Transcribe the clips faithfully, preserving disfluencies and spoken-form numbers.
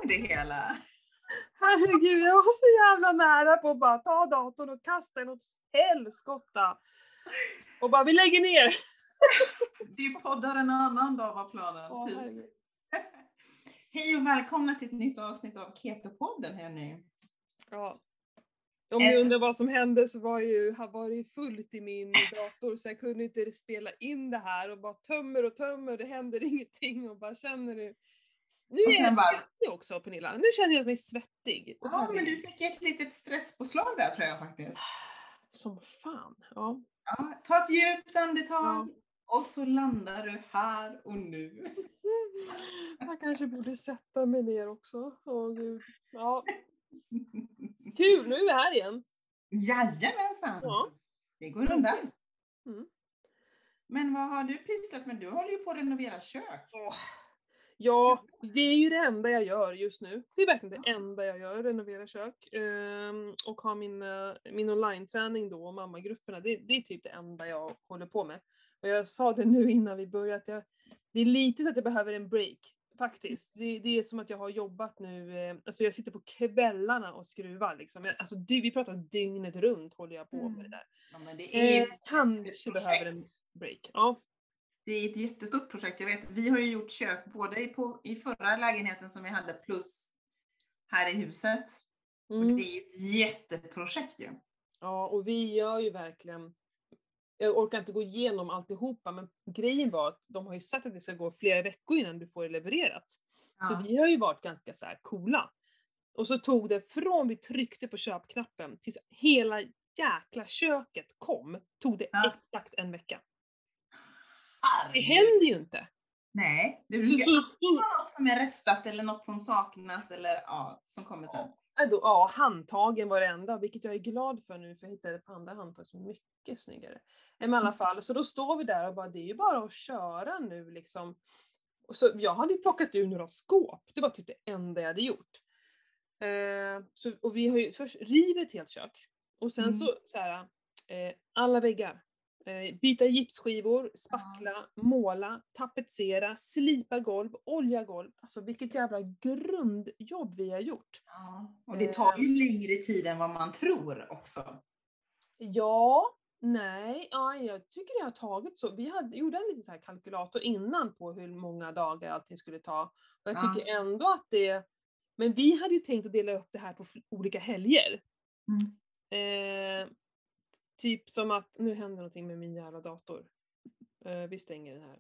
det hela? Herregud, jag var så jävla nära på att bara ta datorn och kasta den åt helskotta. Och bara, vi lägger ner. Vi poddar en annan dag var planen. Åh, herregud. Hej och välkomna till ett nytt avsnitt av Keto-podden här nu. Ja. Om ni undrar vad som hände så var, ju, var det ju fullt i min dator så jag kunde inte spela in det här och bara tömmer och tömmer och det händer ingenting och bara känner det. Nu är jag bara... svettig också, Pernilla. Nu känner jag mig svettig. Ja, men du fick ett litet stresspåslag där tror jag faktiskt. Som fan, ja. Ja, ta ett djupt andetag ja. Och så landar du här och nu. Jag kanske borde sätta mig ner också. Åh gud. Ja. Kul, nu är vi här igen. Jajamensan. Ja. Det går undan. Mm. Men vad har du pysslat med? Du håller ju på att renovera kök. Oh. Ja, det är ju det enda jag gör just nu. Det är verkligen det enda jag gör, renovera kök. Um, och ha min, uh, min online-träning då, och mammagrupperna. Det, det är typ det enda jag håller på med. Och jag sa det nu innan vi började, att jag, det är lite så att jag behöver en break. Faktiskt. Det, det är som att jag har jobbat nu, eh, alltså jag sitter på kvällarna och skruvar liksom. Jag, alltså du, vi pratar dygnet runt håller jag på med det där. Ja, men det är eh, kanske behöver en break. Ja. Det är ett jättestort projekt. Jag vet, vi har ju gjort kök både i, på, i förra lägenheten som vi hade plus här i huset. Mm. Och det är ett jätteprojekt ju. Ja, och vi gör ju verkligen, jag orkar inte gå igenom alltihopa, men grejen var att de har ju sagt att det ska gå flera veckor innan du får det levererat. Ja. Så vi har ju varit ganska så här coola. Och så tog det från vi tryckte på köpknappen tills hela jäkla köket kom, tog det ja. exakt en vecka. Det händer ju inte. Nej, det brukar så, så, så, vara något som är restat eller något som saknas eller ja, som kommer sen. Ja, då, ja, handtagen var det enda, vilket jag är glad för nu för jag hittade på andra handtag som är mycket snyggare. Men i alla fall, så då står vi där och bara, det är ju bara att köra nu liksom. Och så, jag hade ju plockat ur några skåp, det var typ det enda jag hade gjort. Eh, så, och vi har ju först rivit ett helt kök. Och sen mm. så, så här, eh, alla väggar. Eh, byta gipsskivor, spackla, ja. måla, tapetsera, slipa golv, olja golv. Alltså vilket jävla grundjobb vi har gjort. Ja, och det tar ju eh. längre tid än vad man tror också. Ja, nej, ja, jag tycker det har tagit så. Vi hade, gjorde en liten så här kalkylator innan på hur många dagar allting skulle ta. Och jag tycker ja. ändå att det... Men vi hade ju tänkt att dela upp det här på olika helger. Mm. Eh, Typ som att, nu händer någonting med min jävla dator. Uh, vi stänger den här.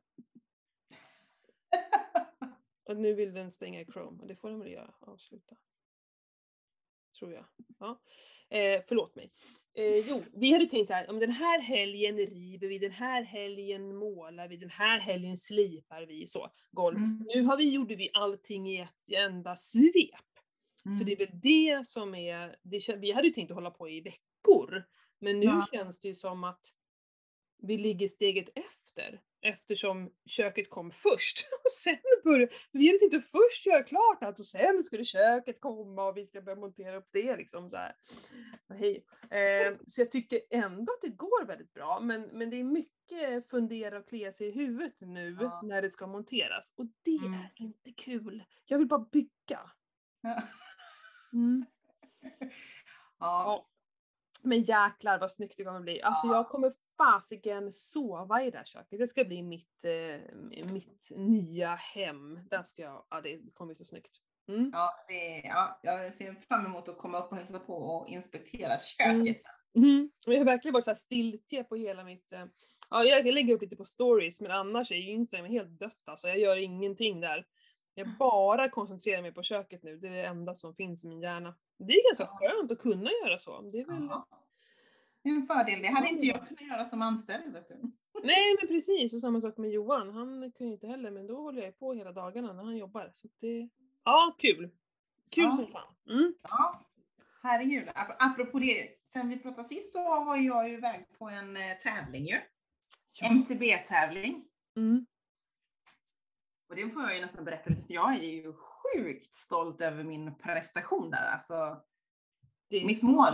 Och nu vill den stänga i Chrome. Och det får den väl göra. Avsluta. Tror jag. Ja. Eh, förlåt mig. Eh, jo, vi hade tänkt så här. Om den här helgen river vi. Den här helgen målar vi. Den här helgen slipar vi. Så, golv. Mm. Nu har vi, gjorde vi allting i ett enda svep. Mm. Så det är väl det som är... Det, vi hade ju tänkt att hålla på i veckor. Men nu ja. känns det ju som att vi ligger steget efter. Eftersom köket kom först. Och sen började vi hade inte först göra klart allt. Och sen skulle köket komma och vi ska börja montera upp det. Liksom så här. Hej. Eh, så jag tycker ändå att det går väldigt bra. Men, men det är mycket fundera och klia sig i huvudet nu. Ja. När det ska monteras. Och det mm. är inte kul. Jag vill bara bygga. Mm. Ja. ja. Men jäklar vad snyggt det kommer bli. Alltså jag kommer fasiken sova i det här köket. Det ska bli mitt, eh, mitt nya hem. Där ska jag, ja det kommer bli så snyggt. Mm. Ja, det, ja, jag ser fram emot att komma upp och hälsa på och inspektera köket. Mm. Mm. Jag har verkligen varit så här stiltje på hela mitt... Eh, ja, jag lägger upp lite på stories, men annars är ju Instagram helt dött. Alltså jag gör ingenting där. Jag bara koncentrerar mig på köket nu. Det är det enda som finns i min hjärna. Det är ganska skönt att kunna göra så. Det är väl... Ja. En fördel. Det hade inte jag kunnat göra som anställd. Vet du. Nej, men precis. Och samma sak med Johan. Han kan ju inte heller, men då håller jag på hela dagarna när han jobbar. Så det... Ja, kul. Kul ja. som fan. Mm. Ja, herregud. Apropå det, sen vi pratade sist så var jag ju iväg på en tävling ju. Ja. M T B-tävling. Mm. Och det får jag ju nästan berätta lite, för jag är ju sjukt stolt över min prestation där. Alltså, mitt mål.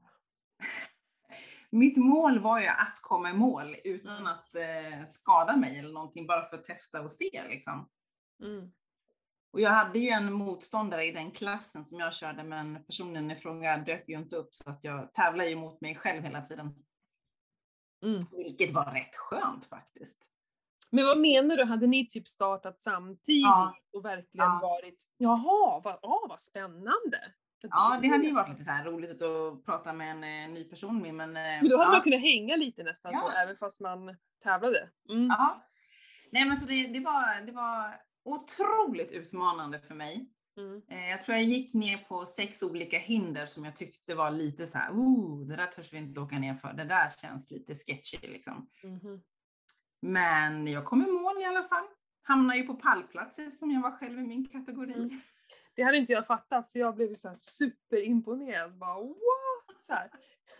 Mitt mål var ju att komma i mål utan mm. att eh, skada mig eller någonting, bara för att testa och se liksom. Mm. Och jag hade ju en motståndare i den klassen som jag körde, men personen i fråga dök ju inte upp, så att jag tävlar ju mot mig själv hela tiden. Mm. Vilket var rätt skönt faktiskt. Men vad menar du? Hade ni typ startat samtidigt ja. och verkligen ja. varit, jaha, vad, ah, vad spännande. Ja, det hade ju varit lite så här roligt att prata med en eh, ny person. Men, men då hade ja. man kunnat hänga lite nästan ja. så, även fast man tävlade. Mm. Ja. Nej, men så det, det, var, det var otroligt utmanande för mig. Mm. Eh, jag tror jag gick ner på sex olika hinder som jag tyckte var lite så här, oh, det där törs vi inte åka ner för. Det där känns lite sketchy liksom. Mm. Men jag kom i mål i alla fall. Hamnade ju på pallplatser som jag var själv i min kategori. Mm. Det hade inte jag fattat, så jag blev så här superimponerad. Bara, what? Så här.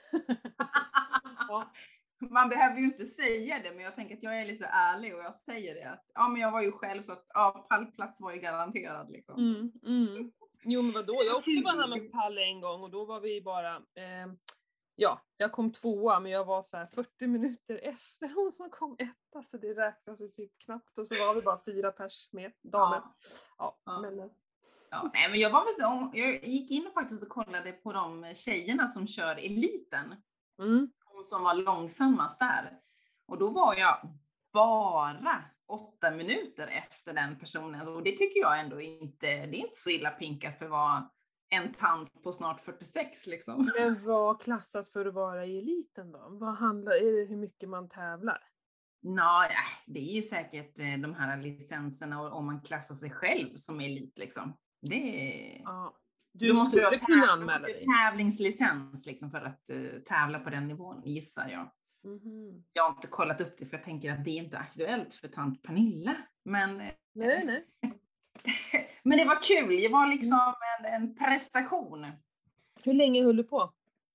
Ja. Man behöver ju inte säga det, men jag tänker att jag är lite ärlig och jag säger det. Att, ja, men jag var ju själv så att ja, pallplats var ju garanterad liksom. Mm, mm. Jo, men vadå? Jag har också bara hamnat på pall en gång och då var vi bara... Eh, ja, jag kom tvåa, men jag var så här fyrtio minuter efter hon som kom etta, så det räknas ju typ knappt. Och så var vi bara fyra pers med damer. Ja, ja, ja. Men... Ja, nej, men jag var väl jag gick in och faktiskt och kollade på de tjejerna som kör eliten. Mm. Hon som var långsammast där. Och då var jag bara åtta minuter efter den personen. Och det tycker jag ändå inte, det är inte så illa pinkat för att vara en tant på snart fyrtiosex liksom. Men vad klassas för att vara i eliten då? Vad handlar, är det hur mycket man tävlar? Nej, det är ju säkert de här licenserna och om man klassar sig själv som elit liksom. Det är... Ja. Du, du måste ju kunna anmäla dig. Tävlingslicens liksom för att uh, tävla på den nivån, gissar jag. Mm-hmm. Jag har inte kollat upp det för jag tänker att det är inte aktuellt för tant Pernilla. Men, nej, nej. men det var kul, det var liksom en, en prestation. Hur länge höll du på?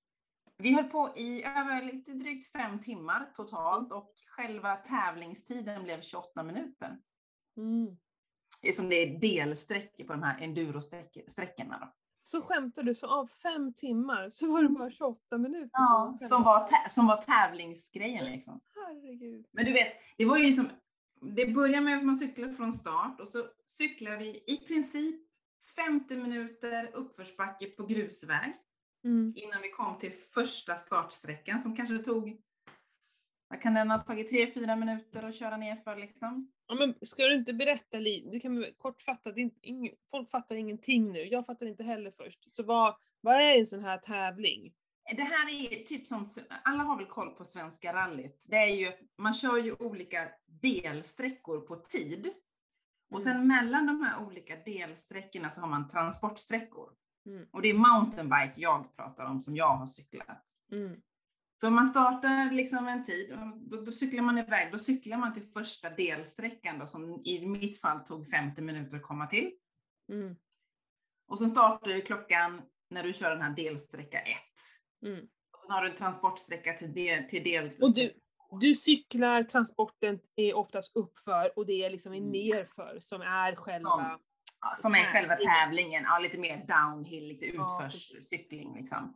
Vi höll på i över lite drygt fem timmar totalt och själva tävlingstiden blev tjugoåtta minuter. Mm. Det är som det är delsträckor på de här enduro-sträckorna då. Så skämtar du, så av fem timmar så var det bara tjugoåtta minuter? Ja, som, som, var, tä- som var tävlingsgrejen liksom. Herregud. Men du vet, det var ju liksom, det börjar med att man cyklar från start och så cyklar vi i princip femtio minuter uppförsbacke på grusväg. Mm. Innan vi kom till första startsträckan som kanske tog, vad kan den ha tagit, tre fyra minuter att köra ner för liksom. Ja, men ska du inte berätta lite? Du kan kortfatta, det är inte, ing, folk fattar ingenting nu. Jag fattar inte heller först. Så vad, vad är en sån här tävling? Det här är typ som, alla har väl koll på Svenska rallyt. Det är ju, man kör ju olika delsträckor på tid. Och sen mm. mellan de här olika delsträckorna så har man transportsträckor. Mm. Och det är mountainbike jag pratar om som jag har cyklat. Mm. Så om man startar liksom en tid, då, då cyklar man iväg. Då cyklar man till första delsträckan då, som i mitt fall tog femtio minuter att komma till. Mm. Och så startar ju klockan när du kör den här delsträcka ett. Mm. Och sen har du en transportsträcka till, del, till del. Och du, du cyklar, transporten är oftast uppför och det är liksom en nerför som är själva... Som, ja, som är själva tävlingen. Ja, lite mer downhill, lite utförscykling liksom.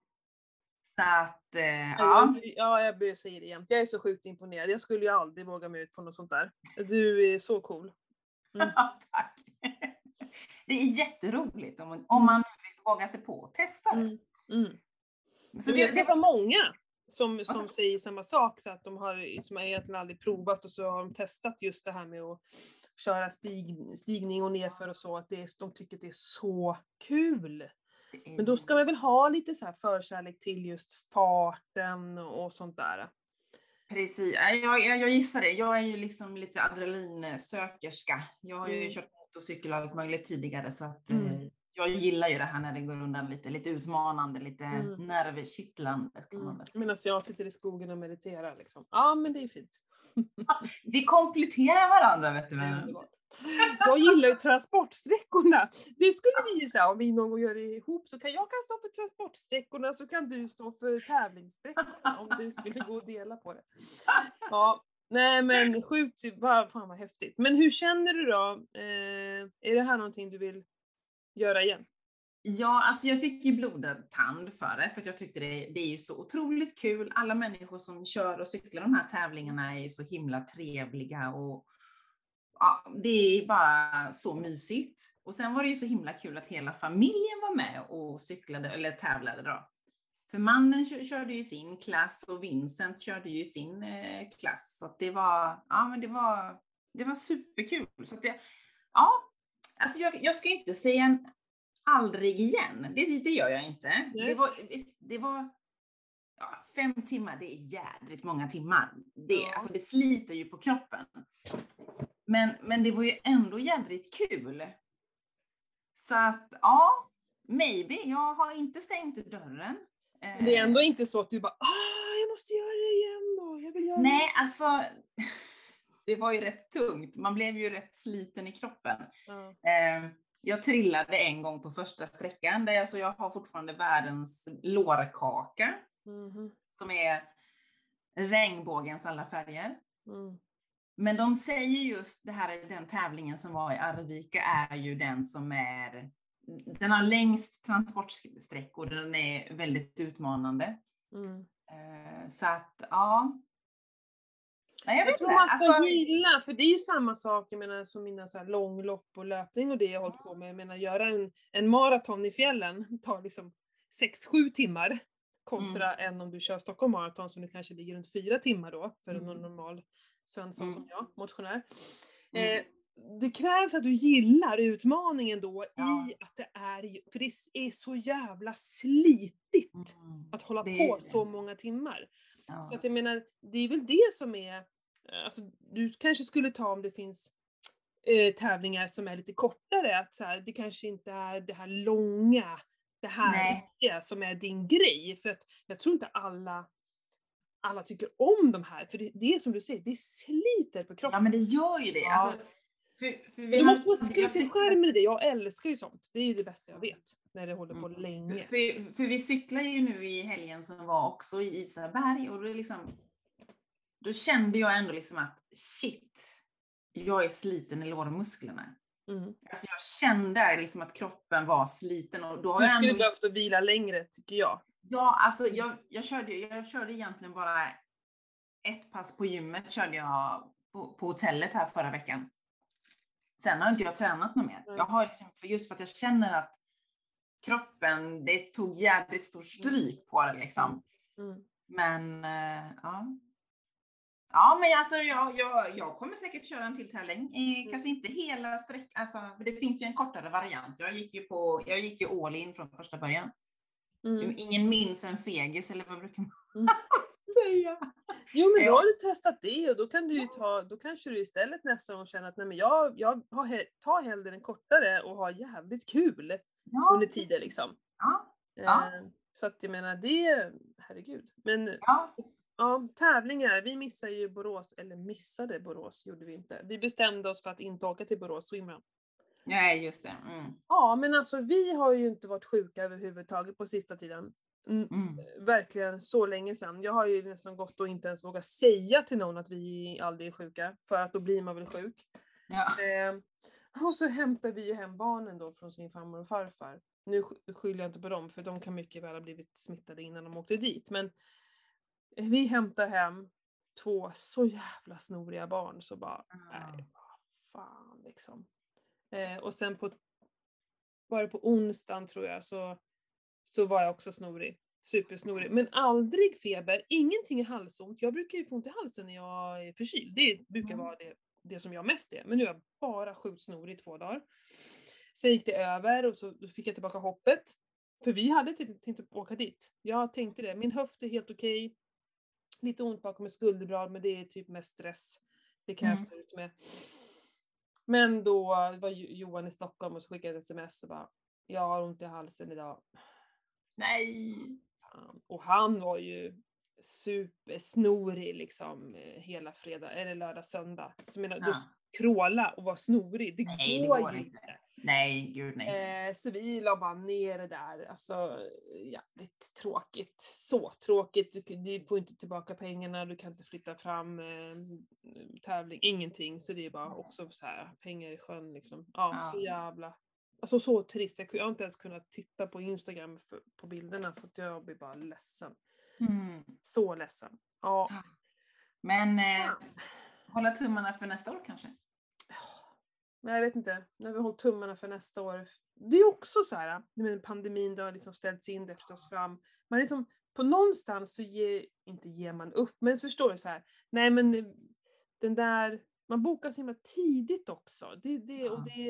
Så att, eh, ja. Ja, jag börjar säga det igen. Jag är så sjukt imponerad. Jag skulle ju aldrig våga mig ut på något sånt där. Du är så cool. Mm. Ja, tack. Det är jätteroligt om, om man vill våga sig på och testa det. Mm. Mm. Så det, det var många som, som säger samma sak. Så att de har, som egentligen aldrig provat och så har de testat just det här med att köra stig, stigning och nerför och så. Att det är, de tycker att det är så kul. Men då ska man väl ha lite så här förkärlek till just farten och sånt där. Precis, jag, jag, jag gissar det. Jag är ju liksom lite adrenalinsökerska. Jag har ju mm. kört motorcykel och allt möjligt tidigare så att mm. eh, jag gillar ju det här när det går undan lite, lite utmanande, lite mm. nervkittlande. Mm. Medan jag sitter i skogen och mediterar liksom. Ja, men det är fint. Vi kompletterar varandra, vet du väl. Jag gillar ju transportsträckorna. Det skulle vi ju säga, om vi någon gång gör det ihop så kan jag kan stå för transportsträckorna så kan du stå för tävlingssträckorna om du skulle gå och dela på det. Ja, nej men sjukt, vad fan vad häftigt. Men hur känner du då? Eh, är det här någonting du vill göra igen? Ja, alltså jag fick ju blodad tand för det, för att jag tyckte det, det är ju så otroligt kul. Alla människor som kör och cyklar de här tävlingarna är ju så himla trevliga och ja, det är bara så mysigt. Och sen var det ju så himla kul att hela familjen var med och cyklade, eller tävlade då. För mannen körde ju sin klass och Vincent körde ju sin eh, klass. Så att det var, ja men det var, det var superkul. Så att det, ja, alltså jag, jag ska inte säga en aldrig igen. Det, det gör jag inte. Det var, det var ja, fem timmar, det är jädrigt många timmar. Det, ja. Alltså, det sliter ju på kroppen. Men, men det var ju ändå jädrigt kul. Så att, ja, maybe. Jag har inte stängt dörren. Men det är ändå inte så att du bara, ah, jag måste göra det igen då. Jag vill göra Nej, det. alltså, det var ju rätt tungt. Man blev ju rätt sliten i kroppen. Mm. Jag trillade en gång på första sträckan. Där alltså jag har fortfarande världens lårkaka. Mm. Som är regnbågens alla färger. Mm. Men de säger just, det här är den tävlingen som var i Arvika, är ju den som är, den har längst transportsträckor, den är väldigt utmanande. Mm. Så att, ja. Nej, jag, jag tror inte. man ska alltså... gilla, för det är ju samma sak, jag menar, som mina så här långlopp och löpning och det jag har hållit på med. Jag menar, göra en, en maraton i fjällen tar liksom sex sju timmar. Kontra mm. än om du kör Stockholm Marathon som det kanske ligger runt fyra timmar då. För mm. en normal Svensson mm. som jag, motionär. Mm. Eh, det krävs att du gillar utmaningen då ja. I att det är, för det är så jävla slitigt mm. att hålla det på så många timmar. Ja. Så att jag menar, det är väl det som är, alltså du kanske skulle ta om det finns eh, tävlingar som är lite kortare. Att så här, det kanske inte är det här långa, det här riktiga som är din grej. För att jag tror inte alla alla tycker om de här. För det, det är som du säger, det sliter på kroppen. Ja, men det gör ju det. Ja. Alltså, för, för vi du måste vara skrämt i skärmen i det. Jag älskar ju sånt. Det är ju det bästa jag vet. När det håller på mm. länge. För, för vi cyklar ju nu i helgen som var också i Isaberg. Och det liksom, då kände jag ändå liksom att shit, jag är sliten i lårmusklerna. Mm. Alltså jag kände liksom att kroppen var sliten. Och då har du jag skulle ändå... behövt att vila längre, tycker jag. Ja, alltså jag, jag, körde, jag körde egentligen bara ett pass på gymmet körde jag på, på hotellet här förra veckan. Sen har inte jag tränat något mer. Mm. Jag har liksom, för just för att jag känner att kroppen, det tog jävligt stor stryk på det liksom. Mm. Men, äh, ja. Ja, men alltså jag, jag, jag kommer säkert köra en till tävling. Eh, mm. Kanske inte hela sträckan, alltså, det finns ju en kortare variant. Jag gick ju på, jag gick ju all in från första början. Mm. Ingen minns en fegis, eller vad brukar man mm. säga? Jo, men då har du testat det och då kan du ju ta, då kanske du istället nästa gång känner att nej, men jag, jag har, tar hellre den kortare och har jävligt kul ja, under tiden liksom. Ja. Ja. Eh, så att jag menar, det, herregud. Men ja. Ja, tävlingar. Vi missade ju Borås, eller missade Borås gjorde vi inte. Vi bestämde oss för att inte åka till Borås swimrun. Nej, just det. Mm. Ja, men alltså vi har ju inte varit sjuka överhuvudtaget på sista tiden. Mm, mm. Verkligen så länge sedan. Jag har ju nästan gått och inte ens vågat säga till någon att vi aldrig är sjuka. För att då blir man väl sjuk. Ja. Eh, och så hämtar vi ju hem barnen då från sin farmor och farfar. Nu skyller jag inte på dem, för de kan mycket väl ha blivit smittade innan de åkte dit. Men vi hämtar hem två så jävla snoriga barn. Så bara, mm. nej, vad fan liksom. Eh, och sen på, var det på onsdagen tror jag, så, så var jag också snorig. Supersnorig. Men aldrig feber, ingenting i halsont. Jag brukar ju få ont i halsen när jag är förkyld. Det brukar mm. vara det, det som jag mest är. Men nu är jag bara sjukt snorig i två dagar. Sen gick det över och så då fick jag tillbaka hoppet. För vi hade tänkt att åka dit. Jag tänkte det. Min höft är helt okej. Okay. Lite ont bakom ett skulderblad, men det är typ mest stress. Det kan mm. jag stå ut med. Men då var Johan i Stockholm och så skickade ett sms och bara, jag har ont i halsen idag. Nej! Och han var ju supersnorig liksom hela fredag, eller lördag, söndag. Så menar, ja. Då kråla och vara snorig, det nej, går, det går ju inte. inte. Nej, gud nej. Eh, så vi la bara ner det där. Alltså, jävligt tråkigt. Så tråkigt. Du, du får inte tillbaka pengarna, du kan inte flytta fram eh, tävling, ingenting. Så det är bara också så här, pengar i sjön liksom. Ja, ja. Så jävla... Alltså så trist. Jag har inte ens kunnat titta på Instagram för, på bilderna för att jag blir bara ledsen. Mm. Så ledsen. Ja. Men eh, hålla tummarna för nästa år kanske? Men jag vet inte, nu har vi hållit tummarna för nästa år. Det är också så här, med pandemin då har liksom ställts in efter oss fram. Man liksom, på någonstans så ger, inte ger man upp, men så förstår du så här, nej men den där, man bokar så himla tidigt också. Det, det, och det,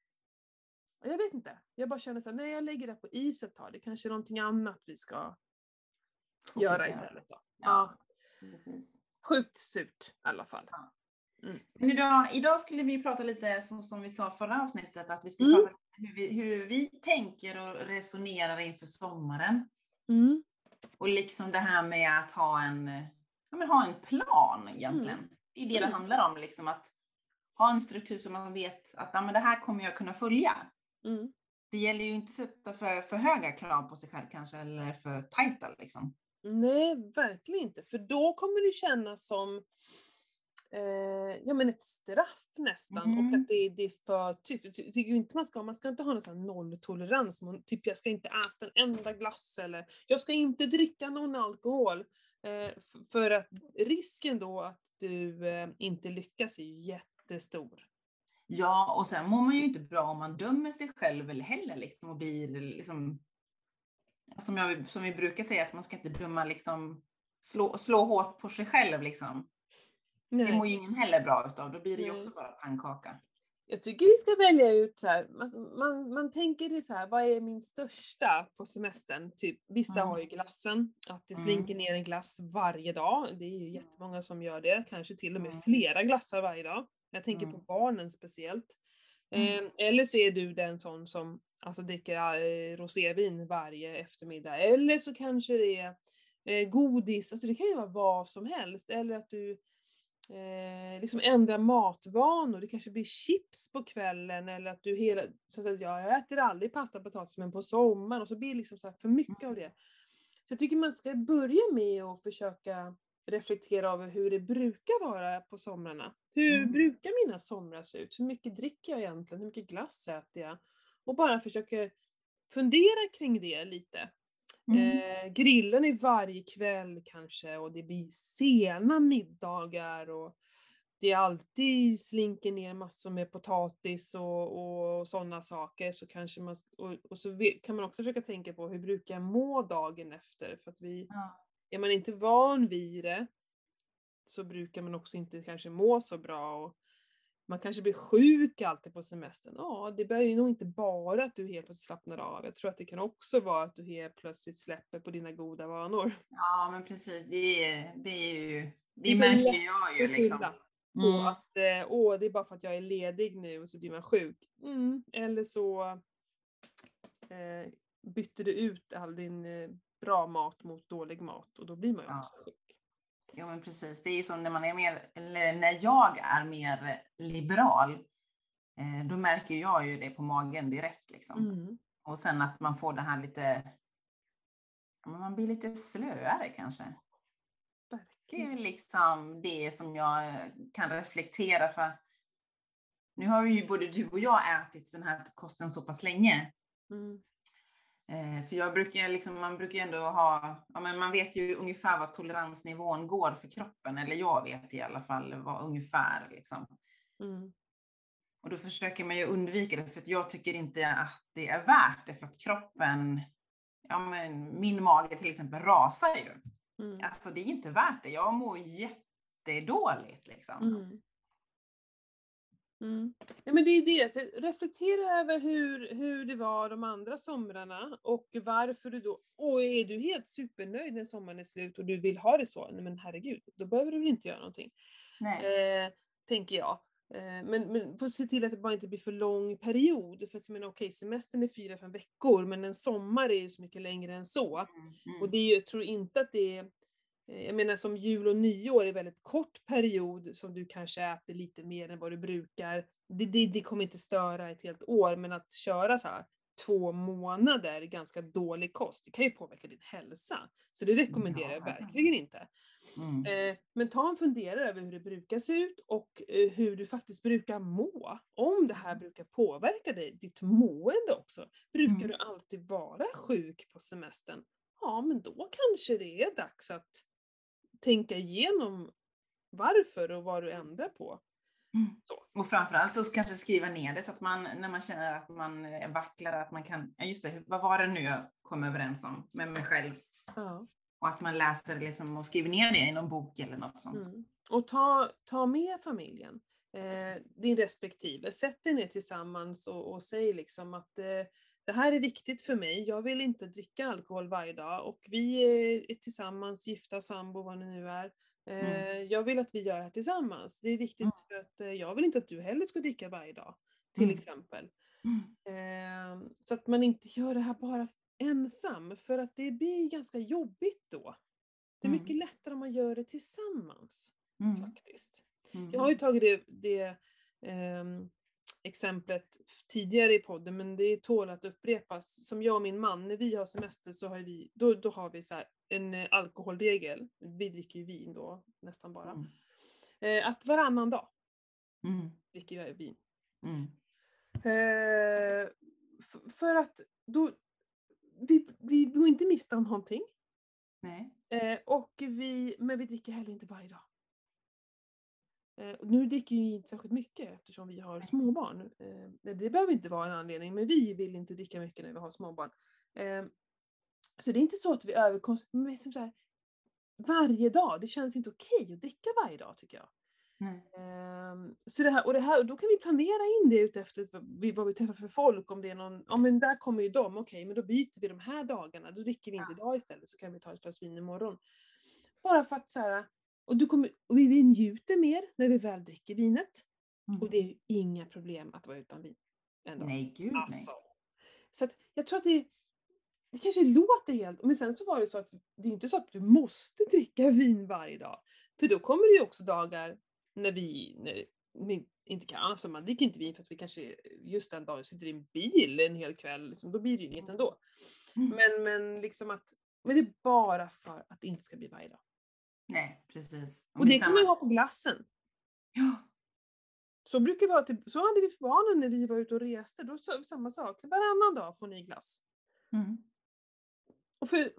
jag vet inte, jag bara känner så här, nej jag lägger det på is ett tag, det kanske är någonting annat vi ska Fokusera. göra istället då. Ja, precis. Sjukt surt i alla fall. Ja. Mm. Men idag, idag skulle vi prata lite, som, som vi sa förra avsnittet, att vi skulle Mm. prata hur vi, hur vi tänker och resonerar inför sommaren. Mm. Och liksom det här med att ha en, ja, men ha en plan egentligen. Mm. Det är det Mm. det handlar om, liksom att ha en struktur som man vet att ja, men det här kommer jag kunna följa. Mm. Det gäller ju inte att sätta för, för höga krav på sig själv kanske, eller för tajta liksom. Nej, verkligen inte. För då kommer det kännas som eh, ja, men ett straff nästan. Mm. Och att det, det är för tufft. Jag ty- tycker inte man ska, man ska inte ha någon sån här nolltolerans. Man, typ jag ska inte äta en enda glass eller jag ska inte dricka någon alkohol. Eh, f- för att risken då att du eh, inte lyckas är ju jättestor. Ja, och sen mår man ju inte bra om man dömer sig själv eller heller liksom och blir liksom, som, jag, som vi brukar säga, att man ska inte döma liksom, slå, slå hårt på sig själv liksom. Nej. Det mår ju ingen heller bra utav, då blir det ju Nej. också bara pannkaka. Jag tycker vi ska välja ut så här, man, man, man tänker det så här, vad är min största på semestern? Typ, vissa Mm. har ju glassen, att det Mm. slinker ner en glass varje dag. Det är ju jättemånga som gör det, kanske till och med Mm. flera glassar varje dag. Jag tänker Mm. på barnen speciellt. Mm. Eh, eller så är du den sån som alltså, dricker eh, rosévin varje eftermiddag. Eller så kanske det är eh, godis, alltså det kan ju vara vad som helst. Eller att du Eh, liksom ändra matvanor, det kanske blir chips på kvällen eller att du hela, så att jag, jag äter aldrig pasta och potatis men på sommaren och så blir det liksom så här för mycket av det. Så jag tycker man ska börja med att försöka reflektera över hur det brukar vara på somrarna. Hur Mm. brukar mina somrar se ut? Hur mycket dricker jag egentligen? Hur mycket glass äter jag? Och bara försöka fundera kring det lite. Mm. Eh, grillen är varje kväll kanske och det blir sena middagar och det är alltid slinker ner massor med potatis och, och, och sådana saker. Så kanske man, och, och så vi- kan man också försöka tänka på hur brukar jag må dagen efter. För att vi, Ja. är man inte van vid det så brukar man också inte kanske må så bra. Och man kanske blir sjuk alltid på semestern. Ja, det är ju nog inte bara att du helt plötsligt slappnar av. Jag tror att det kan också vara att du helt plötsligt släpper på dina goda vanor. Ja, men precis. Det är, det är ju, det, Det är så märker lätt jag ju att liksom. skylla på Mm. att eh, åh, det är bara för att jag är ledig nu och så blir man sjuk. Mm. Eller så eh, byter du ut all din eh, bra mat mot dålig mat och då blir man ju Ja. också sjuk. Jo, men precis. Det är ju som när man är mer, eller när jag är mer liberal, eh, då märker jag ju det på magen direkt liksom. Mm. Och sen att man får det här lite, man blir lite slöare kanske. Det är liksom det som jag kan reflektera för. Nu har ju både du och jag ätit den här kosten så pass länge. Mm. Eh, för jag brukar liksom, man brukar ju ändå ha, ja, men man vet ju ungefär vad toleransnivån går för kroppen. Eller jag vet i alla fall vad ungefär liksom. Mm. Och då försöker man ju undvika det för att jag tycker inte att det är värt det för att kroppen, ja men min mage till exempel rasar ju. Mm. Alltså det är inte värt det. Jag mår jättedåligt liksom. Mm. Mm. Ja, men det är det. Så reflektera över hur, hur det var de andra somrarna och varför du då, och är du helt supernöjd när sommaren är slut och du vill ha det så, nej men herregud, då behöver du väl inte göra någonting. Nej. Eh, tänker jag. Eh, men, men får se till att det bara inte blir för lång period. För att jag menar, okej, semestern är fyra, fem veckor, men en sommar är ju så mycket längre än så. Mm, mm. Och det är ju, jag tror inte att det är, eh, jag menar som jul och nyår är en väldigt kort period som du kanske äter lite mer än vad du brukar. Det, det, det kommer inte störa ett helt år, men att köra så här två månader ganska dålig kost, det kan ju påverka din hälsa. Så det rekommenderar jag Ja. verkligen inte. Mm. Eh, men ta en funderare över hur det brukar se ut och eh, hur du faktiskt brukar må. Om det här brukar påverka dig, ditt mående också. Brukar Mm. du alltid vara sjuk på semestern? Ja, men då kanske det är dags att tänka igenom varför och vad du ändrar på. Mm. Och framförallt så kanske skriva ner det så att man, när man känner att man vacklar, att man kan, ja just det, vad var det nu jag kom överens om med mig själv? Ja. Och att man läser liksom och skriver ner det i någon bok eller något sånt. Mm. Och ta, ta med familjen, eh, din respektive. Sätt dig ner tillsammans och, och säg liksom att eh, det här är viktigt för mig. Jag vill inte dricka alkohol varje dag och vi är tillsammans, gifta, sambo, vad det nu är. Eh, Mm. Jag vill att vi gör det här tillsammans. Det är viktigt Mm. för att eh, jag vill inte att du heller ska dricka varje dag, till Mm. exempel. Mm. Eh, så att man inte gör det här bara ensam, för att det blir ganska jobbigt då. Det är mycket Mm. lättare om man gör det tillsammans, Mm. faktiskt. Mm. Jag har ju tagit det, det ehm, exemplet tidigare i podden, men det tål att upprepas. Som jag och min man, när vi har semester så har vi, då, då har vi så här en eh, alkoholregel. Vi dricker ju vin då, nästan bara. Mm. Eh, att varannan dag Mm. dricker vi vin. Mm. Eh, f- för att då, vi, vi går inte miste om någonting. Nej. Eh, och vi, men vi dricker heller inte varje dag. Eh, och nu dricker vi inte särskilt mycket eftersom vi har småbarn. Eh, det behöver inte vara en anledning, men vi vill inte dricka mycket när vi har småbarn. Eh, så det är inte så att vi överkonsumerar, men liksom så här, varje dag. Det känns inte okej att dricka varje dag, tycker jag. Nej. Eh, så det här, och det här, och då kan vi planera in det utefter vad, vad vi träffar för folk. Om det är någon, ja men där kommer ju de, okej, men då byter vi de här dagarna. Då dricker vi inte idag istället, så kan vi ta ett glas vin imorgon. Bara för att så här, och, du kommer, och vi njuter mer när vi väl dricker vinet. Mm. Och det är ju inga problem att vara utan vin. En dag. Nej, gud Alltså. nej. Så att jag tror att det, det kanske låter helt, men sen så var det så att det är inte så att du måste dricka vin varje dag. För då kommer det ju också dagar när vi, när vi inte kan, alltså man dricker inte vin för att vi kanske just den dagen sitter i en bil en hel kväll, liksom, då blir det ju inget ändå. Mm. Men, men liksom att, men det är bara för att det inte ska bli varje dag. Nej, precis. Och det kan samma... man ju ha på glassen. Ja. Så brukar vi ha till, så hade vi för barnen när vi var ute och reste. Då sa vi samma sak. Varannan dag får ni glass. Mm. Och, för,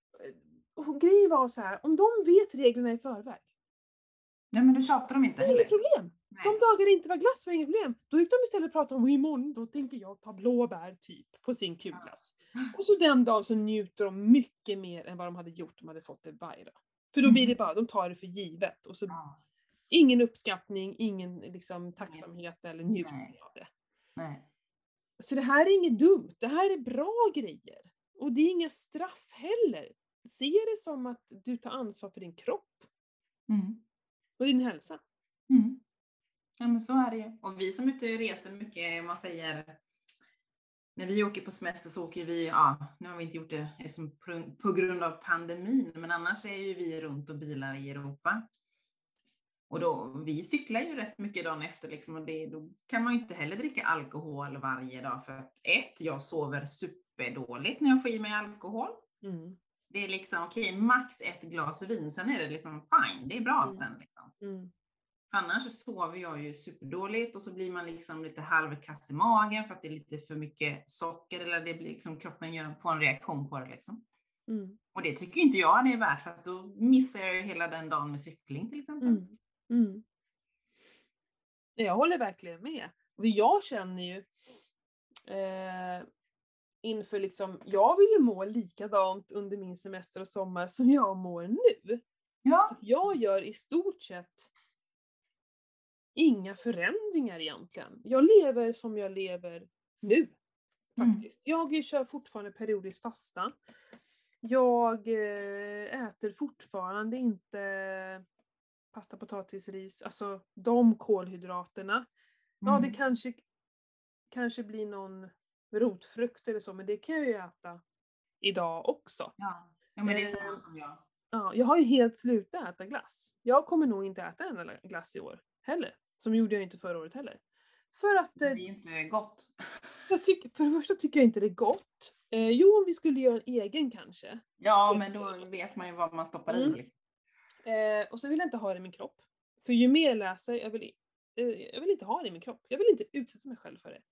och grejen var så här, om de vet reglerna i förväg. Nej, men då tjatar de inte Det är heller. inget problem. Nej. De dagar det inte var glass var inget problem. Då gick de istället och pratade om imorgon, då tänker jag ta blåbär typ på sin kulglass. Och så den dagen så njuter de mycket mer än vad de hade gjort om de hade fått det varje dag. För då blir det bara, de tar det för givet. Och så Ja. ingen uppskattning, ingen liksom tacksamhet eller njutning Nej. av det. Nej. Så det här är inget dumt, det här är bra grejer. Och det är inga straff heller. Se det som att du tar ansvar för din kropp Mm. och din hälsa. Mm. Ja, men så är det ju. Och vi som ute reser mycket, man säger, när vi åker på semester så åker vi, ja, nu har vi inte gjort det liksom på, på grund av pandemin, men annars är ju vi runt och bilar i Europa. Och då, vi cyklar ju rätt mycket dagen efter liksom, och det, då kan man ju inte heller dricka alkohol varje dag för att ett, jag sover superdåligt när jag får i mig alkohol. Mm. Det är liksom, okej, okay, max ett glas vin, sen är det liksom fine, det är bra Mm. sen liksom. Mm. Annars så sover jag ju superdåligt och så blir man liksom lite halvkass i magen för att det är lite för mycket socker eller det blir liksom, kroppen gör, får en reaktion på det liksom. Mm. Och det tycker inte jag det är värt för att då missar jag ju hela den dagen med cykling till exempel. Mm. Mm. Jag håller verkligen med. Och jag känner ju eh, inför liksom, jag vill ju må likadant under min semester och sommar som jag mår nu. Ja. Att jag gör i stort sett inga förändringar egentligen. Jag lever som jag lever nu. Faktiskt. Mm. Jag kör fortfarande periodiskt fasta. Jag eh, äter fortfarande inte pasta, potatis, ris. Alltså de kolhydraterna. Mm. Ja, det kanske, kanske blir någon rotfrukt eller så. Men det kan jag ju äta idag också. Ja, ja men det är samma eh, som jag. Ja, jag har ju helt slutat äta glass. Jag kommer nog inte äta en glass i år heller. Som gjorde jag inte förra året heller. För att... Det är ju inte gott. Jag tycker, för det första tycker jag inte det är gott. Eh, jo, om vi skulle göra en egen kanske. Ja, men då vet man ju vad man stoppar mm. i. Liksom. Eh, och så vill jag inte ha det i min kropp. För ju mer jag läser, jag vill, eh, jag vill inte ha det i min kropp. Jag vill inte utsätta mig själv för det.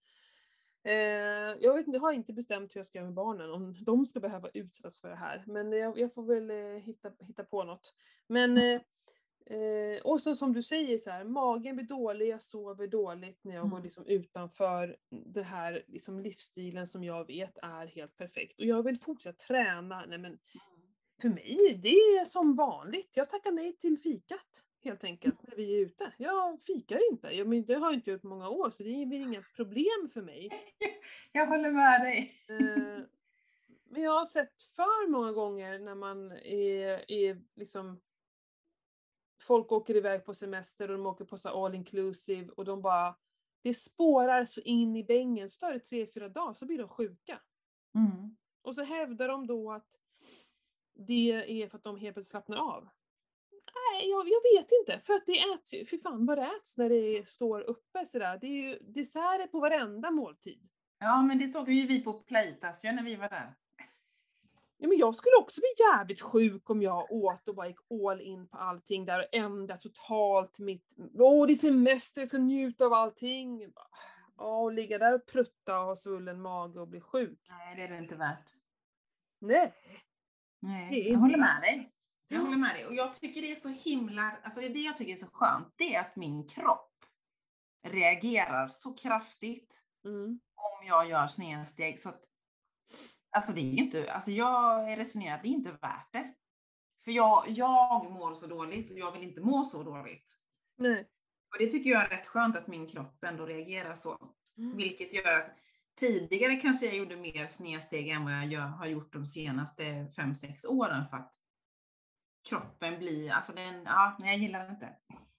Eh, jag, vet, jag har inte bestämt hur jag ska göra med barnen. Om de ska behöva utsättas för det här. Men jag, jag får väl eh, hitta, hitta på något. Men... Eh, Eh, och så som du säger så här, magen blir dålig, jag sover dåligt när jag mm. går liksom utanför det här liksom livsstilen som jag vet är helt perfekt. Och jag vill fortsätta träna. Nej, men för mig, det är som vanligt. Jag tackar nej till fikat helt enkelt när vi är ute. Jag fikar inte. Jag, men, det har jag inte gjort många år, så det är väl inga problem för mig. Jag håller med dig. Eh, men jag har sett för många gånger när man är, är liksom... Folk åker iväg på semester och de åker på så all inclusive och de bara, det spårar så in i bängen, så tar det tre, fyra dagar så blir de sjuka. Mm. Och så hävdar de då att det är för att de helt plötsligt slappnar av. Nej, jag, jag vet inte, för att det äts ju, för fan vad det äts när det står uppe sådär. Det är ju desserter på varenda måltid. Ja, men det såg ju vi på Playtasio när vi var där. Ja, men jag skulle också bli jävligt sjuk om jag åt och bara gick all in på allting där och ända totalt mitt, åh det är semester, jag ska njuta av allting. Åh, och ligga där och prutta och ha svullen mage och bli sjuk. Nej, det är det inte värt. Nej. Nej, jag håller med dig. Jag håller med dig. Och jag tycker det är så himla, alltså det jag tycker är så skönt, det är att min kropp reagerar så kraftigt mm. om jag gör snedsteg så att alltså det är inte, alltså jag är resonerat, det är inte värt det. För jag, jag mår så dåligt och jag vill inte må så dåligt. Nej. Och det tycker jag är rätt skönt att min kropp ändå reagerar så. Mm. Vilket gör att tidigare kanske jag gjorde mer snedsteg än vad jag gör, har gjort de senaste fem sex åren för att kroppen blir, alltså den, ja, nej jag gillar det inte.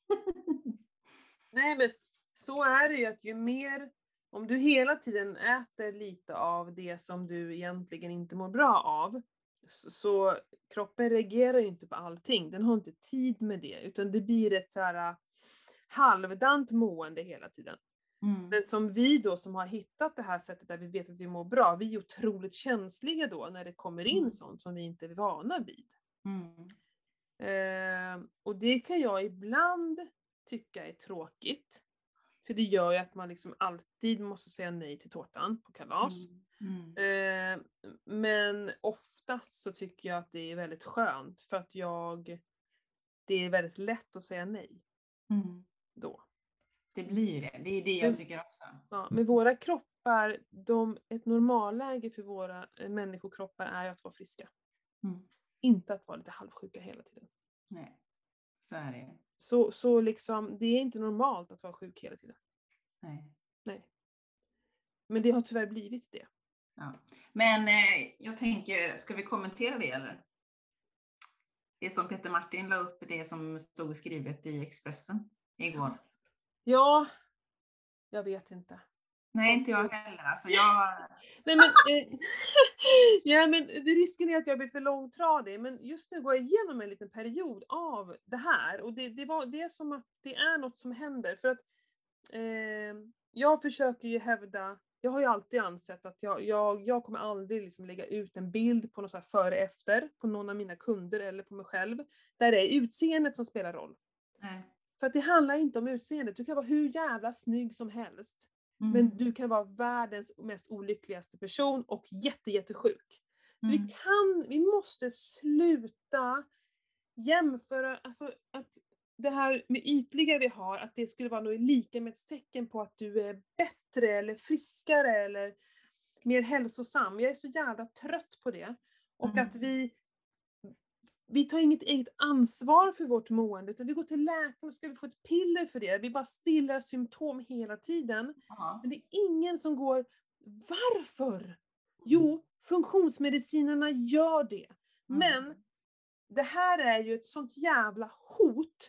Nej men så är det ju att ju mer, om du hela tiden äter lite av det som du egentligen inte mår bra av, så, så kroppen reagerar ju inte på allting. Den har inte tid med det, utan det blir ett så här uh, halvdant mående hela tiden. Mm. Men som vi då som har hittat det här sättet där vi vet att vi mår bra, vi är otroligt känsliga då när det kommer in Mm. sånt som vi inte är vana vid. Mm. Eh, och det kan jag ibland tycka är tråkigt. För det gör ju att man liksom alltid måste säga nej till tårtan på kalas. Mm. Mm. Eh, men oftast så tycker jag att det är väldigt skönt. För att jag, det är väldigt lätt att säga nej. Mm. Då. Det blir det. Det är det jag tycker också. Ja, med våra kroppar, de, ett normalläge för våra människokroppar är ju att vara friska. Mm. Inte att vara lite halvsjuka hela tiden. Nej, så är det. Så, så liksom, det är inte normalt att vara sjuk hela tiden. Nej. Nej. Men det har tyvärr blivit det. Ja. Men eh, jag tänker, ska vi kommentera det eller? Det som Peter Martin la upp, det som stod skrivet i Expressen igår. Ja, jag vet inte. Nej, inte jag heller. Alltså, jag... Nej, men, eh, ja, men risken är att jag blir för långtradig. Men just nu går jag igenom en liten period av det här. Och det, det, var, det är som att det är något som händer. För att eh, jag försöker ju hävda, jag har ju alltid ansett att jag, jag, jag kommer aldrig liksom lägga ut en bild på något så här före efter på någon av mina kunder eller på mig själv. Där det är utseendet som spelar roll. Nej. För att det handlar inte om utseendet. Du kan vara hur jävla snygg som helst. Mm. Men du kan vara världens mest olyckligaste person och jätte, jättesjuk. Så mm. vi kan, vi måste sluta jämföra, alltså att det här med ytliga vi har, att det skulle vara något lika med ett tecken på att du är bättre eller friskare eller mer hälsosam. Jag är så jävla trött på det. Och mm. att vi Vi tar inget eget ansvar för vårt mående, utan vi går till läkaren och ska vi få ett piller för det. Vi bara stillar symptom hela tiden. Aha. Men det är ingen som går, varför? Jo, funktionsmedicinerna gör det. Mm. Men det här är ju ett sånt jävla hot.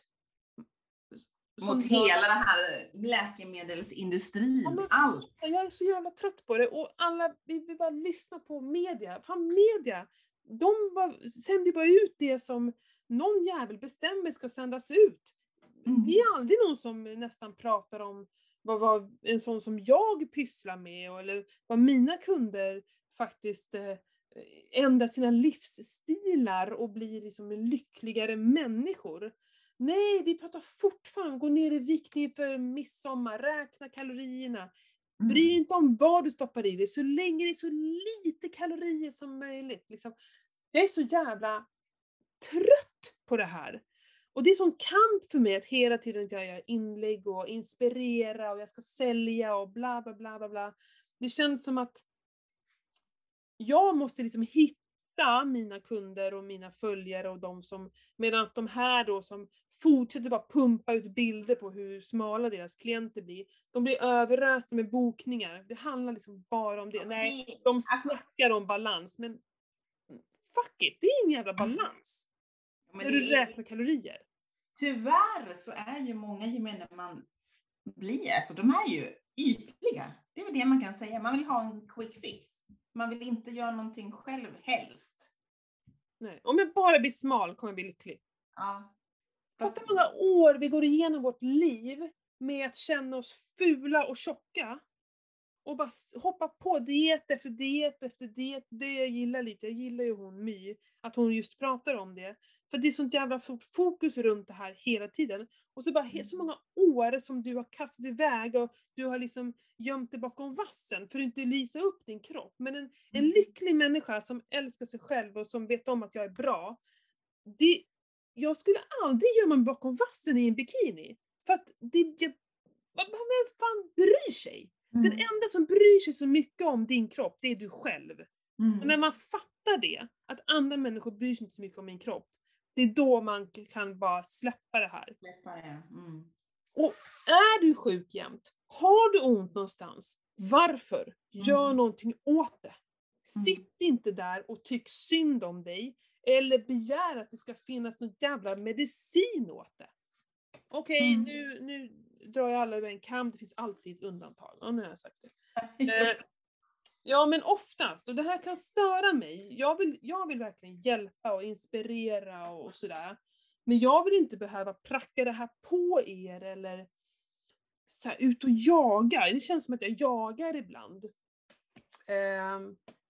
Mot hela den här läkemedelsindustrin, ja, men, allt. Jag är så jävla trött på det. Och alla, vi vill bara lyssna på media. Fan, media. De bara, sänder bara ut det som någon jävel bestämmer ska sändas ut. Mm. Det är aldrig någon som nästan pratar om vad, vad en sån som jag pysslar med. Eller vad mina kunder faktiskt eh, ändrar sina livsstilar och blir liksom lyckligare människor. Nej, vi pratar fortfarande om gå ner i vikt inför midsommar, räkna kalorierna. Mm. Bry inte om vad du stoppar i dig, så länge det är så lite kalorier som möjligt. Liksom. Jag är så jävla trött på det här. Och det är sån kamp för mig att hela tiden jag gör inlägg och inspirera och jag ska sälja och bla bla bla bla bla. Det känns som att jag måste liksom hitta mina kunder och mina följare och de som, medan de här då som fortsätter bara pumpa ut bilder på hur smala deras klienter blir. De blir överösta med bokningar. Det handlar liksom bara om det. Nej, de snackar om balans, men fuck it, det är ingen jävla balans. Men när du räknar kalorier. Tyvärr så är ju många gemene man blir, alltså de är ju ytliga. Det är väl det man kan säga. Man vill ha en quick fix. Man vill inte göra någonting själv helst. Nej, om jag bara blir smal kommer jag bli lycklig. Ja. Fast hur många år vi går igenom vårt liv med att känna oss fula och tjocka. Och bara hoppa på diet efter diet efter diet. Det jag gillar lite, jag gillar ju hon My, att hon just pratar om det. För det är sånt jävla fokus runt det här hela tiden. Och så bara så många år som du har kastat iväg och du har liksom gömt dig bakom vassen för att inte lysa upp din kropp. Men en, en lycklig människa som älskar sig själv och som vet om att jag är bra. Det, jag skulle aldrig gömma mig bakom vassen i en bikini. För att det, jag, vem fan bryr sig? Mm. Den enda som bryr sig så mycket om din kropp, det är du själv. Mm. Och när man fattar det, att andra människor bryr sig inte så mycket om min kropp, det är då man kan bara släppa det här. Släppa det, mm. Och är du sjuk jämt, har du ont någonstans, varför? Mm. Gör någonting åt det. Sitt mm. inte där och tyck synd om dig, eller begär att det ska finnas någon jävla medicin åt det. Okej, okay, mm. nu, nu drar jag alla över en kam, det finns alltid undantag. Ja, nu har jag sagt det. eh, ja, men oftast, och det här kan störa mig. Jag vill, jag vill verkligen hjälpa och inspirera och sådär. Men jag vill inte behöva pracka det här på er eller så här, ut och jaga. Det känns som att jag jagar ibland. Eh,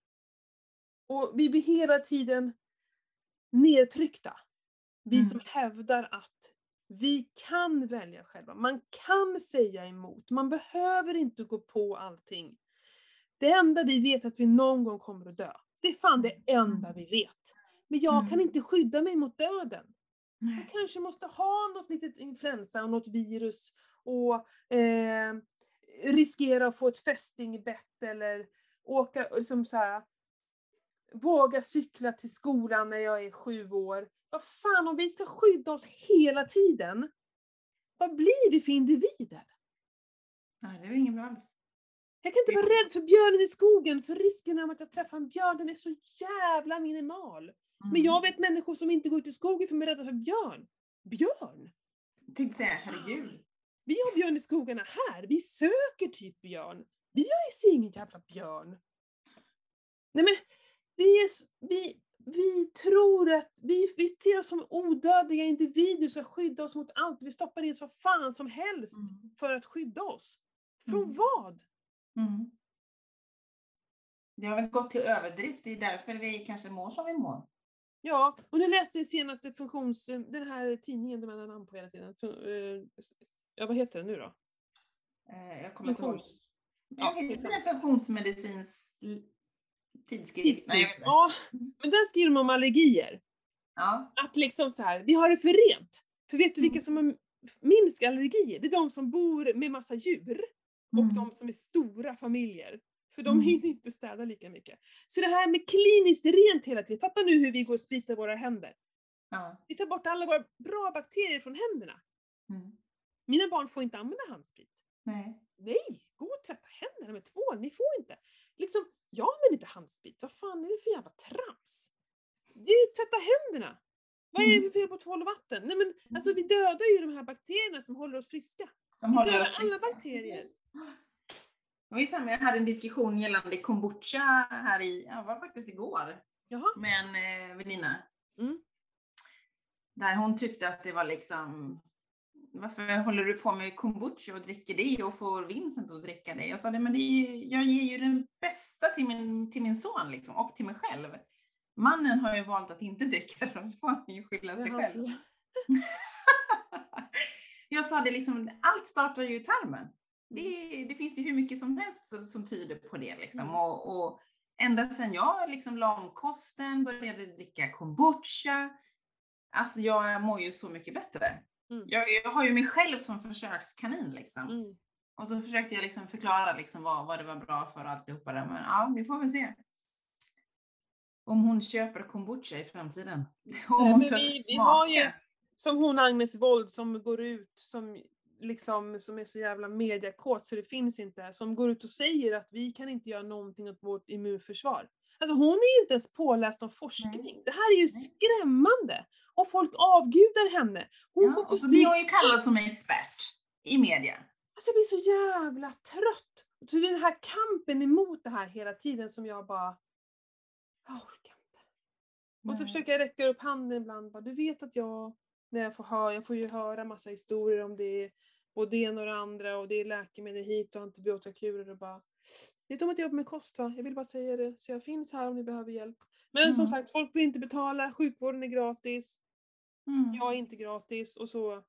och vi blir hela tiden nedtryckta. Vi mm. som hävdar att vi kan välja själva. Man kan säga emot. Man behöver inte gå på allting. Det enda vi vet är att vi någon gång kommer att dö. Det är fan det enda vi vet. Men jag mm. kan inte skydda mig mot döden. Nej. Jag kanske måste ha något litet influensa och något virus. Och eh, riskera att få ett fästingbett. Eller åka, liksom så här, våga cykla till skolan när jag är sju år. Vad fan, om vi ska skydda oss hela tiden, vad blir vi för individer? Nej, det är ingen bra. Jag kan inte vara rädd för björnen i skogen, för risken om att jag träffar en björn, den är så jävla minimal. Mm. Men jag vet människor som inte går ut i skogen för att de är rädda för björn. Björn? Jag tänkte säga, herregud. Vi har björn i skogarna här, vi söker typ björn. Vi har ju ser ingen jävla björn. Nej men, vi är... Vi, Vi tror att vi, vi ser oss som odödliga individer som skyddar oss mot allt. Vi stoppar in så fan som helst mm. för att skydda oss. Från mm. vad? Mm. Det har väl gått till överdrift. Det är därför vi kanske mår som vi mår. Ja, och nu läste jag senaste funktions... Den här tidningen de har namn på hela tiden. Ja, vad heter den nu då? Jag kommer inte ihåg. Ja, heter den funktionsmedicins... tidskrift. Nej, ja, men där skriver de om allergier. Ja. Att liksom så här, vi har det för rent. För vet du vilka som har minst allergier? Det är de som bor med massa djur. Och mm. de som är stora familjer. För de hinner mm. inte städa lika mycket. Så det här med kliniskt rent hela tiden. Fatta nu hur vi går och spritar våra händer. Ja. Vi tar bort alla våra bra bakterier från händerna. Mm. Mina barn får inte använda handsprit. Nej. Nej, gå och tvätta händerna med tvål. Ni får inte. Liksom, jag använder inte handsprit. Vad fan är det för jävla trams? Det är ju tvätta händerna. Vad är det för fel på tvål och vatten? Nej men, alltså vi dödar ju de här bakterierna som håller oss friska. Som vi håller dödar oss friska. alla bakterier. Det var ju samma, jag hade en diskussion gällande kombucha här i, ja, var faktiskt igår. Jaha. Med en eh, väninna. Mm. Där hon tyckte att det var liksom, varför håller du på med kombucha och dricker det och får Vincent att dricka det? Jag sa det, men det är ju, jag ger ju den bästa till min, till min son liksom, och till mig själv. Mannen har ju valt att inte dricka det, då får han ju skylla sig själv. Jag sa det liksom, allt startar ju i tarmen. Det, det finns ju hur mycket som helst som, som tyder på det liksom. Mm. Och, och ända sedan jag liksom la om kosten, började dricka kombucha. alltså jag mår ju så mycket bättre. Mm. Jag, jag har ju mig själv som försökskanin liksom. Mm. Och så försökte jag liksom förklara liksom vad, vad det var bra för alltihopa där. Men ja, vi får väl se. Om hon köper kombucha i framtiden. Om hon törs vi, smaka. Vi har ju, som hon Agnes Wold som går ut som liksom som är så jävla mediakåt så det finns inte. Som går ut och säger att vi kan inte göra någonting åt vårt immunförsvar. Alltså hon är ju inte ens påläst om forskning. Nej. Det här är ju skrämmande. Och folk avgudar henne. Hon ja, får och så blir hon ju kallad som expert i media. Alltså jag blir så jävla trött. Så det är den här kampen emot det här hela tiden som jag bara... Jag orkar inte. Nej. Och så försöker jag räcka upp handen ibland. Bara, du vet att jag, när jag får höra, jag får ju höra massa historier om det. Och det ena och det andra. Och det är läkemedel hit och antibiotikakurer. Och bara... Det är om att jag jobbar med kost va? Jag vill bara säga det. Så jag finns här om ni behöver hjälp. Men mm. som sagt, folk vill inte betala. Sjukvården är gratis. Mm. Jag är inte gratis. Och så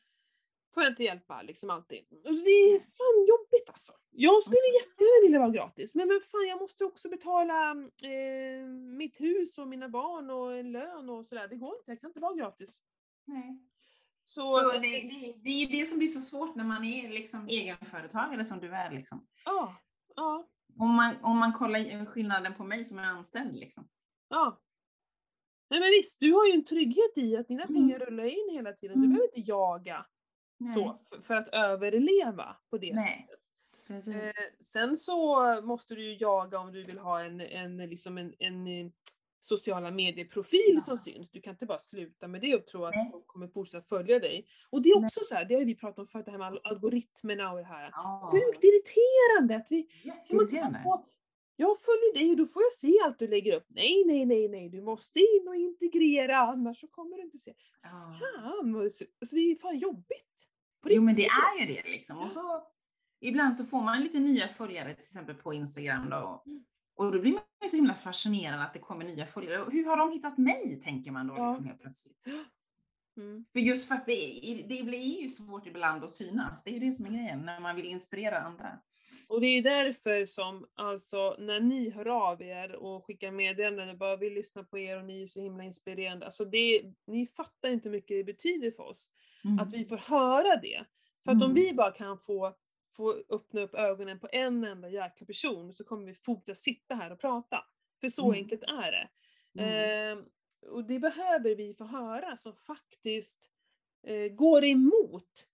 får jag inte hjälpa liksom alltid. Alltså, det är fan jobbigt alltså. Jag skulle jättegärna vilja vara gratis. Men, men fan, jag måste också betala eh, mitt hus och mina barn och en lön och sådär. Det går inte. Jag kan inte vara gratis. Nej. Så, så det, det, det är ju det som blir så svårt när man är liksom egenföretagare som du är liksom. Ja. Ja. Om man, om man kollar skillnaden på mig som är anställd liksom. Ja. Nej men visst, du har ju en trygghet i att dina mm. pengar rullar in hela tiden. Du mm. behöver inte jaga så för, för att överleva på det Nej. sättet. Eh, sen så måste du ju jaga om du vill ha en, en, liksom en, en sociala medieprofil ja. som syns. Du kan inte bara sluta med det och tro att Nej. folk kommer fortsätta följa dig. Och det är också Nej. så här, det har vi pratat om förut, det här med algoritmerna och det här. Ja. Sjukt irriterande att vi... Jätteirriterande. Jag följer dig och då får jag se allt du lägger upp. Nej, nej, nej, nej. Du måste in och integrera, annars så kommer du inte se. Ja. Fan, så, så det är fan jobbigt. Jo, men det är ju det liksom. Och så, ibland så får man lite nya följare till exempel på Instagram då. Och då blir man ju så himla fascinerad att det kommer nya följare. Hur har de hittat mig, tänker man då liksom helt plötsligt. Mm. För just för att det, det blir ju svårt ibland att synas. Det är ju det som är grejen, när man vill inspirera andra. Och det är därför som, alltså, när ni hör av er och skickar meddelanden och bara vill lyssna på er och ni är så himla inspirerande. Alltså det, ni fattar inte hur mycket det betyder för oss. Mm. Att vi får höra det. För att mm. om vi bara kan få, få öppna upp ögonen på en enda jäkla person så kommer vi fortsätta sitta här och prata. För så mm. enkelt är det. Mm. Eh, och det behöver vi få höra som faktiskt eh, går emot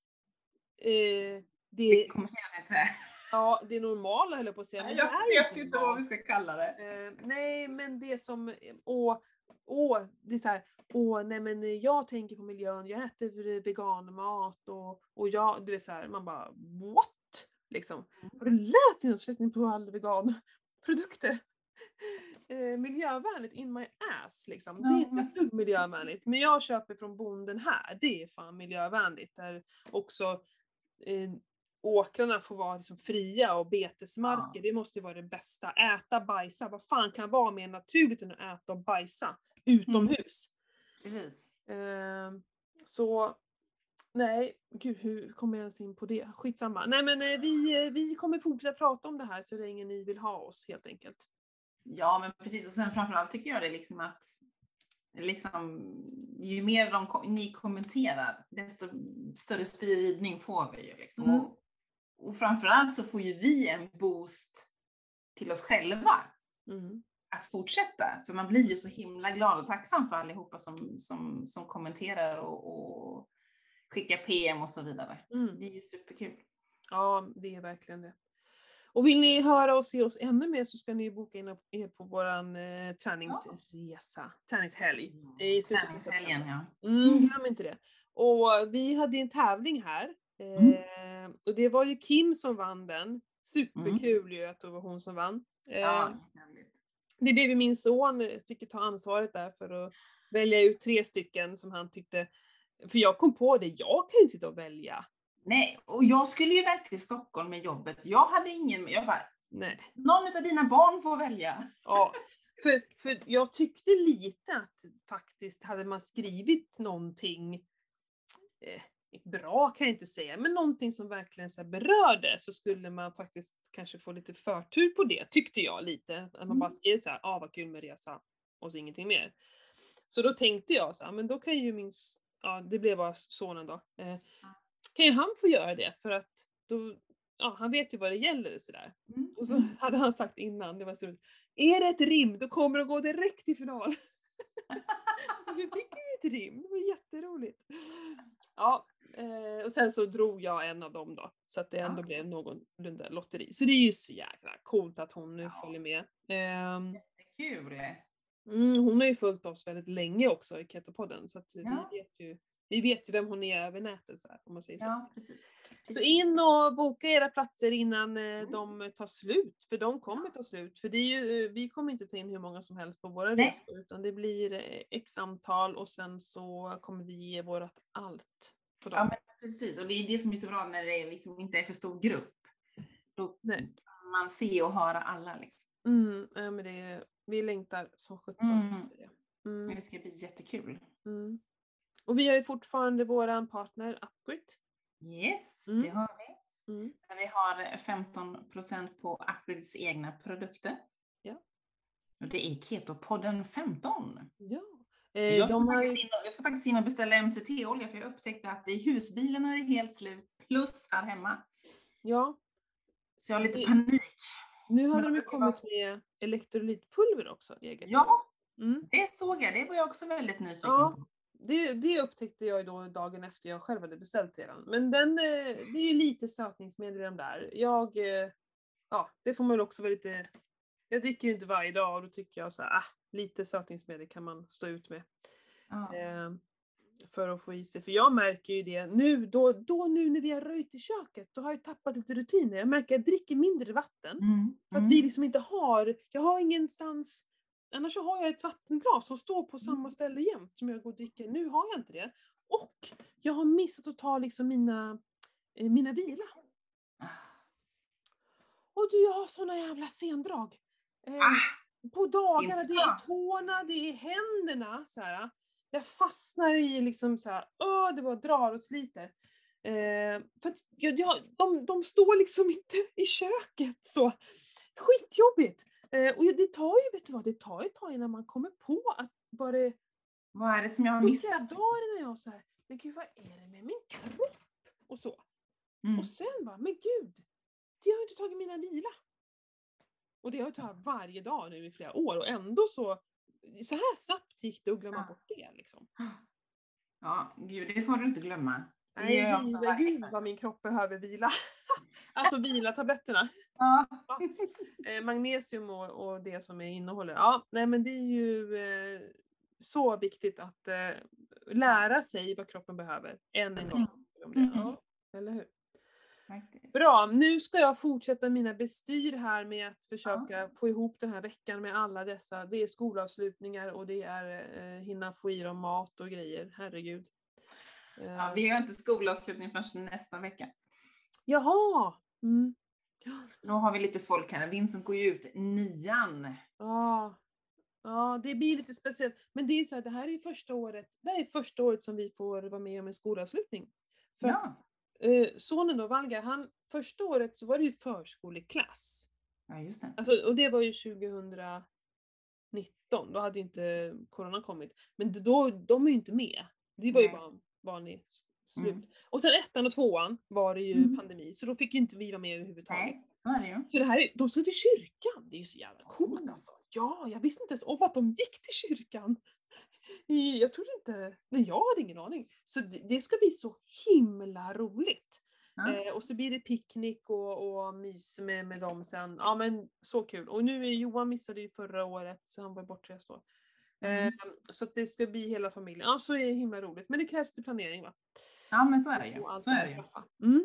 eh, det... Det kommer jag inte. Ja, det normala höll jag på att säga. Men jag vet inte inte vad vi ska kalla det. Eh, nej, men det som... Åh, åh, det är så här... Åh, nej men jag tänker på miljön. Jag äter veganmat och, och jag... Du vet så här, man bara... What? Liksom. Har du läst din uppsättning på alla veganprodukter? Eh, miljövänligt in my ass liksom. Mm. Det är inte miljövänligt. Men jag köper från bonden här. Det är fan miljövänligt. Där också... Eh, åkrarna får vara liksom fria och betesmarker, ja. Det måste vara det bästa. Äta, bajsa, vad fan kan vara mer naturligt än att äta och bajsa utomhus? Mm. Eh, så, nej, gud hur kommer jag ens in på det? Skitsamma. Nej men eh, vi, vi kommer fortsätta prata om det här så länge ni vill ha oss helt enkelt. Ja men precis, och sen framförallt tycker jag det liksom att liksom, ju mer de, ni kommenterar desto större spridning får vi ju liksom. Mm. Och, och framförallt så får ju vi en boost till oss själva mm. att fortsätta. För man blir ju så himla glad och tacksam för allihopa som, som, som kommenterar och, och skickar P M och så vidare. Mm. Det är ju superkul. Ja, det är verkligen det. Och vill ni höra och se oss ännu mer så ska ni boka in er på våran eh, träningsresa. Ja. Träningshelg. I Träningshelgen, ja. Mm, glöm inte det. Och vi hade en tävling här. Mm. Eh, och det var ju Kim som vann den. Superkul mm. ju att det var hon som vann. Eh, ja, det blev ju min son. Fick ju ta ansvaret där för att välja ut tre stycken som han tyckte. För jag kom på det. Jag kan ju inte sitta och välja. Nej, och jag skulle ju välja till Stockholm med jobbet. Jag hade ingen, jag bara, nej. Någon av dina barn får välja. Ja, för, för jag tyckte lite att faktiskt hade man skrivit någonting eh, bra kan jag inte säga, men någonting som verkligen så här berörde så skulle man faktiskt kanske få lite förtur på det, tyckte jag lite. Att man bara skrev så här, ah vad kul med resa och så ingenting mer. Så då tänkte jag så här, men då kan ju min, ja det blev bara sonen då, eh, kan ju han få göra det för att då, ja han vet ju vad det gäller sådär. Mm. Och så hade han sagt innan, det var så roligt, är det ett rim då kommer det gå direkt till final. Och så fick vi ett rim, det var jätteroligt. Ja, eh, och sen så drog jag en av dem då, så att det ändå ja. blev någorlunda lotteri. Så det är ju så jäkla coolt att hon nu ja. följer med. Eh, Jättekul! Mm, hon har ju följt oss väldigt länge också i Ketopodden, så att ja. vi vet ju vi vet ju vem hon är över nätet så här, om man säger så. Ja, precis. Precis. Så in och boka era platser innan eh, de tar slut, för de kommer ta slut. För det är ju, vi kommer inte ta in hur många som helst på våra Nej. resor, utan det blir eh, x antal och sen så kommer vi ge vårat allt på dem. Ja, men precis. Och det är det som är så bra när det liksom inte är för stor grupp. Då Nej. kan man se och höra alla liksom. Mm, ja, men det, vi längtar som sjutton. Mm. Mm. Det ska bli jättekul. Mm. Och vi har ju fortfarande våran partner Upgrid. Yes, mm. det har vi. Mm. Vi har femton procent på Upgrids egna produkter. Ja. Och det är Ketopodden femton. Ja. Eh, jag, ska har... in, jag ska faktiskt in och beställa M C T-olja för jag upptäckte att i husbilen är det helt slut plus här hemma. Ja. Så jag har lite det... panik. Nu hade de ju kommit med elektrolytpulver också. Eget. Ja, mm. det såg jag. Det var jag också väldigt nyfiken ja, på. Det, det upptäckte jag då dagen efter jag själv hade beställt redan. Men den, det är ju lite sötningsmedel i de där. Jag, ja, det får man väl också vara lite... Jag dricker ju inte varje dag och då tycker jag så här, ah, lite sötningsmedel kan man stå ut med. Ja. Eh, för att få i sig. För jag märker ju det nu, då, då nu när vi har röjt i köket, då har jag tappat lite rutiner. Jag märker att jag dricker mindre vatten. Mm. För att vi liksom inte har, jag har ingenstans, annars så har jag ett vattenglas som står på samma ställe jämt som jag går och dricker. Nu har jag inte det. Och jag har missat att ta liksom mina, eh, mina vila. Och du, jag har såna jävla sendrag. Eh, ah, på dagarna, det är tårna, det är händerna, så här. Jag fastnar i liksom så här, åh, det bara drar och sliter. Eh, för att jag, jag, de, de står liksom inte i köket så. Skitjobbigt. Eh, och det tar ju, vet du vad, det tar ju ett tag innan man kommer på att bara... Vad är det som jag har missat? Dagar när jag så här, men gud, vad är det med min kropp? Och så. Mm. Och sen bara, men gud, jag har inte tagit mina vila. Och det har jag tagit varje dag nu i flera år. Och ändå så, så här snabbt gick det att glömma ja. bort det liksom. Ja, gud, det får du inte glömma. Nej, vila, gud vad min kropp behöver vila. Alltså vila-tabletterna. Ja. Ja. Eh, magnesium och, och det som är innehåller. Ja, nej men det är ju eh, så viktigt att eh, lära sig vad kroppen behöver. Än en gång. Mm. Ja, eller hur? Faktiskt. Bra, nu ska jag fortsätta mina bestyr här med att försöka ja. få ihop den här veckan med alla dessa. Det är skolavslutningar och det är eh, hinna få i dem mat och grejer. Herregud. Ja, vi har inte skolavslutning förrän nästa vecka. Jaha! Mm. Nu har vi lite folk här. Vincent går ju ut nian. Ja. Ja, det blir lite speciellt. Men det är så att det här är första året. Det här är första året som vi får vara med om en skolavslutning. För ja. eh, sonen då, Valgar, han första året så var det ju förskoleklass. Ja, just det. Alltså, och det var ju tjugohundranitton. Då hade inte corona kommit. Men då, de är ju inte med. Det var Nej. ju bara vanlig slut. Mm. Och sen ettan och tvåan var det ju mm. pandemi. Så då fick ju inte vi vara med överhuvudtaget. Nej, så är det ju. För det här, de ska till kyrkan. Det är ju så jävla coolt alltså. Ja, jag visste inte ens om att de gick till kyrkan. Jag trodde inte, nej jag hade ingen aning. Så det, det ska bli så himla roligt. Ja. Eh, och så blir det picknick och, och mys med, med dem sen. Ja men så kul. Och nu är Johan missade ju förra året så han var bortrest då. Mm. Eh, så att det ska bli hela familjen. Ja så är det himla roligt. Men det krävs lite planering va? Ja men så är det ju. Så är det ju. Mm.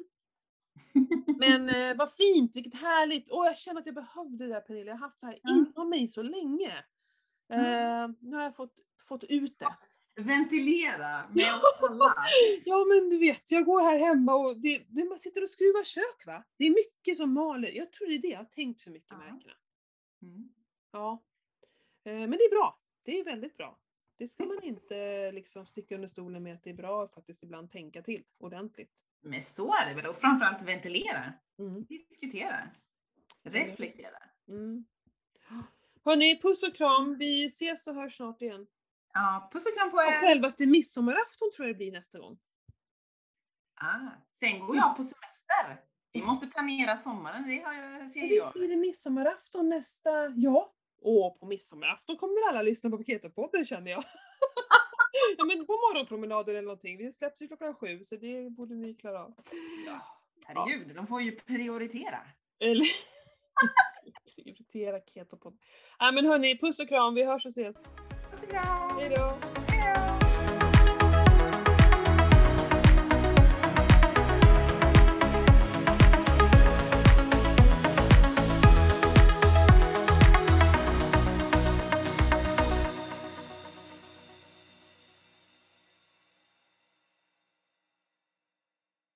Men eh, vad fint, vilket härligt. Och jag känner att jag behövde det där Pernilla. Jag har haft det här mm. inom mig så länge. Eh, mm. Nu har jag fått, fått ut det. Ventilera med oss alla. Ja men du vet, jag går här hemma och det, det, man sitter och skruvar kök va. Det är mycket som maler. Jag tror det är det jag har tänkt för mycket med märkena. Mm. Ja. Eh, men det är bra. Det är väldigt bra. Det ska man inte liksom sticka under stolen med att det är bra att faktiskt ibland tänka till ordentligt. Men så är det väl. Och framförallt ventilera. Mm. Diskutera. Reflektera. Mm. Hörrni, puss och kram. Vi ses och hörs snart igen. Ja, puss och kram på er. Och självaste midsommarafton tror jag det blir nästa gång. Ah, sen går jag på semester. Vi måste planera sommaren, det har jag, ser ja, jag. Visst blir det midsommarafton nästa... Ja. Och på midsommarafton kommer alla lyssna på Paketo-podden, känner jag. Ja, men på morgonpromenader eller någonting. Vi släpps ju klockan sju, så det borde vi klara av. Ja, herregud, ja. De får ju prioritera. Eller... prioritera Keto-podden. Ja, men hörni, puss och kram. Vi hörs och ses. Puss och kram. Hej då. Hej då.